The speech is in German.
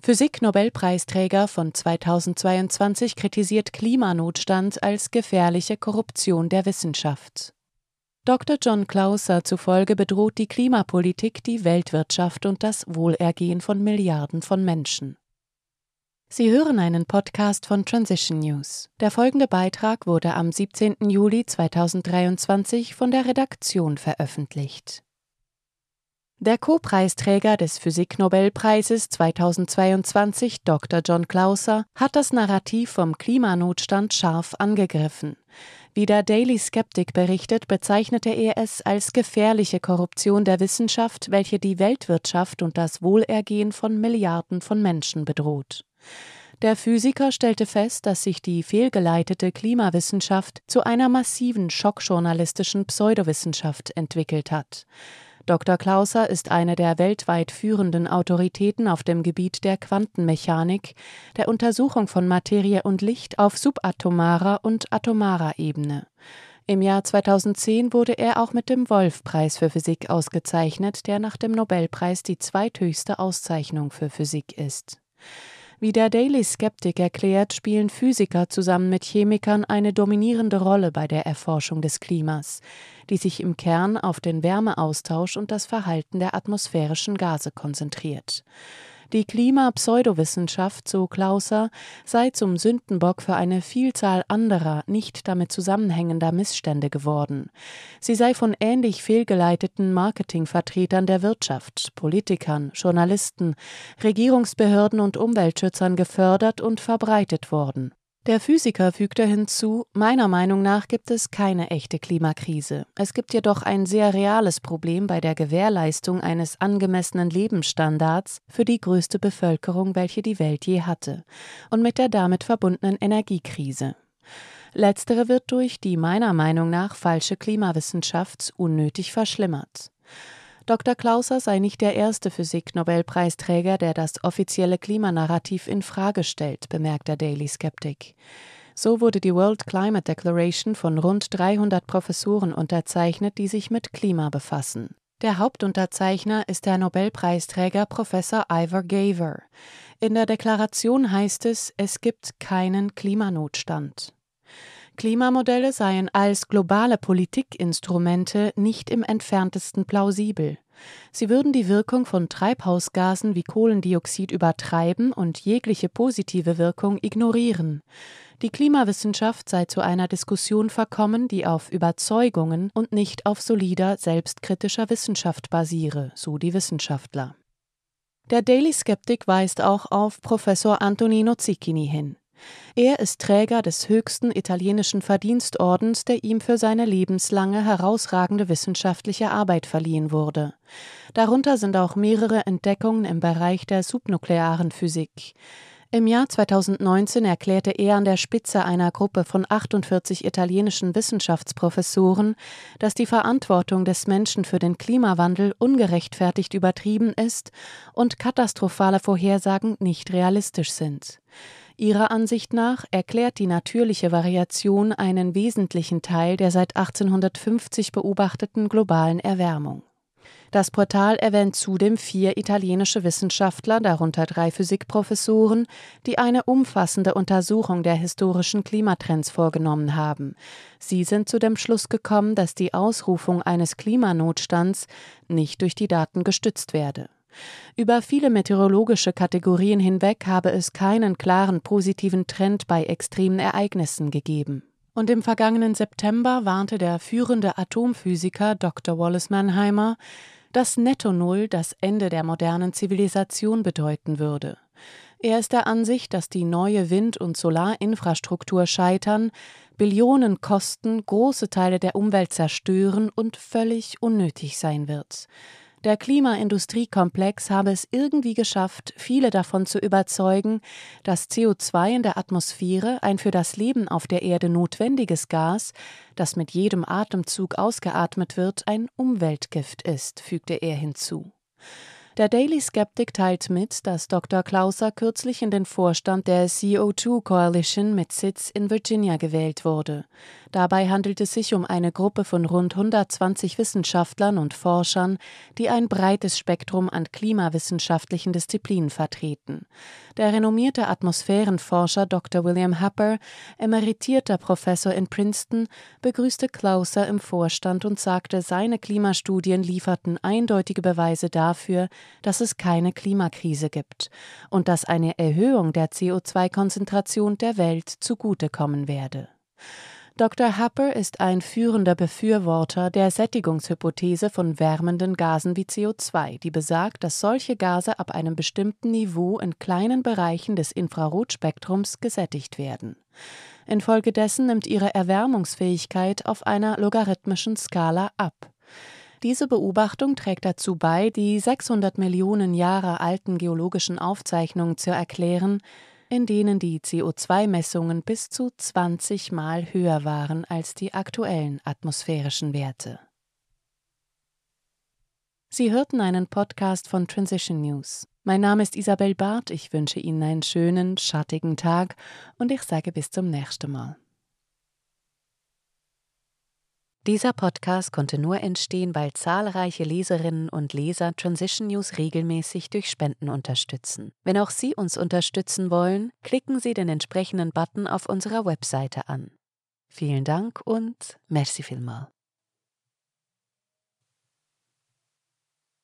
Physik-Nobelpreisträger von 2022 kritisiert Klimanotstand als gefährliche Korruption der Wissenschaft. Dr. John Clauser zufolge bedroht die Klimapolitik die Weltwirtschaft und das Wohlergehen von Milliarden von Menschen. Sie hören einen Podcast von Transition News. Der folgende Beitrag wurde am 17. Juli 2023 von der Redaktion veröffentlicht. Der Co-Preisträger des Physik-Nobelpreises 2022, Dr. John Clauser, hat das Narrativ vom Klimanotstand scharf angegriffen. Wie der Daily Skeptic berichtet, bezeichnete er es als gefährliche Korruption der Wissenschaft, welche die Weltwirtschaft und das Wohlergehen von Milliarden von Menschen bedroht. Der Physiker stellte fest, dass sich die fehlgeleitete Klimawissenschaft zu einer massiven schockjournalistischen Pseudowissenschaft entwickelt hat. Dr. Clauser ist eine der weltweit führenden Autoritäten auf dem Gebiet der Quantenmechanik, der Untersuchung von Materie und Licht auf subatomarer und atomarer Ebene. Im Jahr 2010 wurde er auch mit dem Wolf-Preis für Physik ausgezeichnet, der nach dem Nobelpreis die zweithöchste Auszeichnung für Physik ist. Wie der Daily Skeptic erklärt, spielen Physiker zusammen mit Chemikern eine dominierende Rolle bei der Erforschung des Klimas, die sich im Kern auf den Wärmeaustausch und das Verhalten der atmosphärischen Gase konzentriert. Die Klima-Pseudowissenschaft, so Clauser, sei zum Sündenbock für eine Vielzahl anderer, nicht damit zusammenhängender Missstände geworden. Sie sei von ähnlich fehlgeleiteten Marketingvertretern der Wirtschaft, Politikern, Journalisten, Regierungsbehörden und Umweltschützern gefördert und verbreitet worden. Der Physiker fügte hinzu, meiner Meinung nach gibt es keine echte Klimakrise. Es gibt jedoch ein sehr reales Problem bei der Gewährleistung eines angemessenen Lebensstandards für die größte Bevölkerung, welche die Welt je hatte, und mit der damit verbundenen Energiekrise. Letztere wird durch die meiner Meinung nach falsche Klimawissenschaft unnötig verschlimmert. Dr. Clauser sei nicht der erste Physik-Nobelpreisträger, der das offizielle Klimanarrativ in Frage stellt, bemerkt der Daily Skeptic. So wurde die World Climate Declaration von rund 300 Professoren unterzeichnet, die sich mit Klima befassen. Der Hauptunterzeichner ist der Nobelpreisträger Professor Ivor Gaver. In der Deklaration heißt es gibt keinen Klimanotstand. Klimamodelle seien als globale Politikinstrumente nicht im entferntesten plausibel. Sie würden die Wirkung von Treibhausgasen wie Kohlendioxid übertreiben und jegliche positive Wirkung ignorieren. Die Klimawissenschaft sei zu einer Diskussion verkommen, die auf Überzeugungen und nicht auf solider, selbstkritischer Wissenschaft basiere, so die Wissenschaftler. Der Daily Skeptic weist auch auf Professor Antonino Zicchini hin. Er ist Träger des höchsten italienischen Verdienstordens, der ihm für seine lebenslange herausragende wissenschaftliche Arbeit verliehen wurde. Darunter sind auch mehrere Entdeckungen im Bereich der subnuklearen Physik. Im Jahr 2019 erklärte er an der Spitze einer Gruppe von 48 italienischen Wissenschaftsprofessoren, dass die Verantwortung des Menschen für den Klimawandel ungerechtfertigt übertrieben ist und katastrophale Vorhersagen nicht realistisch sind. Ihrer Ansicht nach erklärt die natürliche Variation einen wesentlichen Teil der seit 1850 beobachteten globalen Erwärmung. Das Portal erwähnt zudem 4 italienische Wissenschaftler, darunter 3 Physikprofessoren, die eine umfassende Untersuchung der historischen Klimatrends vorgenommen haben. Sie sind zu dem Schluss gekommen, dass die Ausrufung eines Klimanotstands nicht durch die Daten gestützt werde. Über viele meteorologische Kategorien hinweg habe es keinen klaren positiven Trend bei extremen Ereignissen gegeben. Und im vergangenen September warnte der führende Atomphysiker Dr. Wallace Mannheimer, dass Netto Null das Ende der modernen Zivilisation bedeuten würde. Er ist der Ansicht, dass die neue Wind- und Solarinfrastruktur scheitern, Billionen kosten, große Teile der Umwelt zerstören und völlig unnötig sein wird. Der Klimaindustriekomplex habe es irgendwie geschafft, viele davon zu überzeugen, dass CO2 in der Atmosphäre ein für das Leben auf der Erde notwendiges Gas, das mit jedem Atemzug ausgeatmet wird, ein Umweltgift ist, fügte er hinzu. Der Daily Skeptic teilt mit, dass Dr. Clauser kürzlich in den Vorstand der CO2 Coalition mit Sitz in Virginia gewählt wurde. Dabei handelt es sich um eine Gruppe von rund 120 Wissenschaftlern und Forschern, die ein breites Spektrum an klimawissenschaftlichen Disziplinen vertreten. Der renommierte Atmosphärenforscher Dr. William Happer, emeritierter Professor in Princeton, begrüßte Clauser im Vorstand und sagte, seine Klimastudien lieferten eindeutige Beweise dafür, dass es keine Klimakrise gibt und dass eine Erhöhung der CO2-Konzentration der Welt zugutekommen werde. Dr. Happer ist ein führender Befürworter der Sättigungshypothese von wärmenden Gasen wie CO2, die besagt, dass solche Gase ab einem bestimmten Niveau in kleinen Bereichen des Infrarotspektrums gesättigt werden. Infolgedessen nimmt ihre Erwärmungsfähigkeit auf einer logarithmischen Skala ab. Diese Beobachtung trägt dazu bei, die 600 Millionen Jahre alten geologischen Aufzeichnungen zu erklären, in denen die CO2-Messungen bis zu 20 Mal höher waren als die aktuellen atmosphärischen Werte. Sie hörten einen Podcast von Transition News. Mein Name ist Isabel Barth, ich wünsche Ihnen einen schönen, schattigen Tag und ich sage bis zum nächsten Mal. Dieser Podcast konnte nur entstehen, weil zahlreiche Leserinnen und Leser Transition News regelmäßig durch Spenden unterstützen. Wenn auch Sie uns unterstützen wollen, klicken Sie den entsprechenden Button auf unserer Webseite an. Vielen Dank und merci vielmals.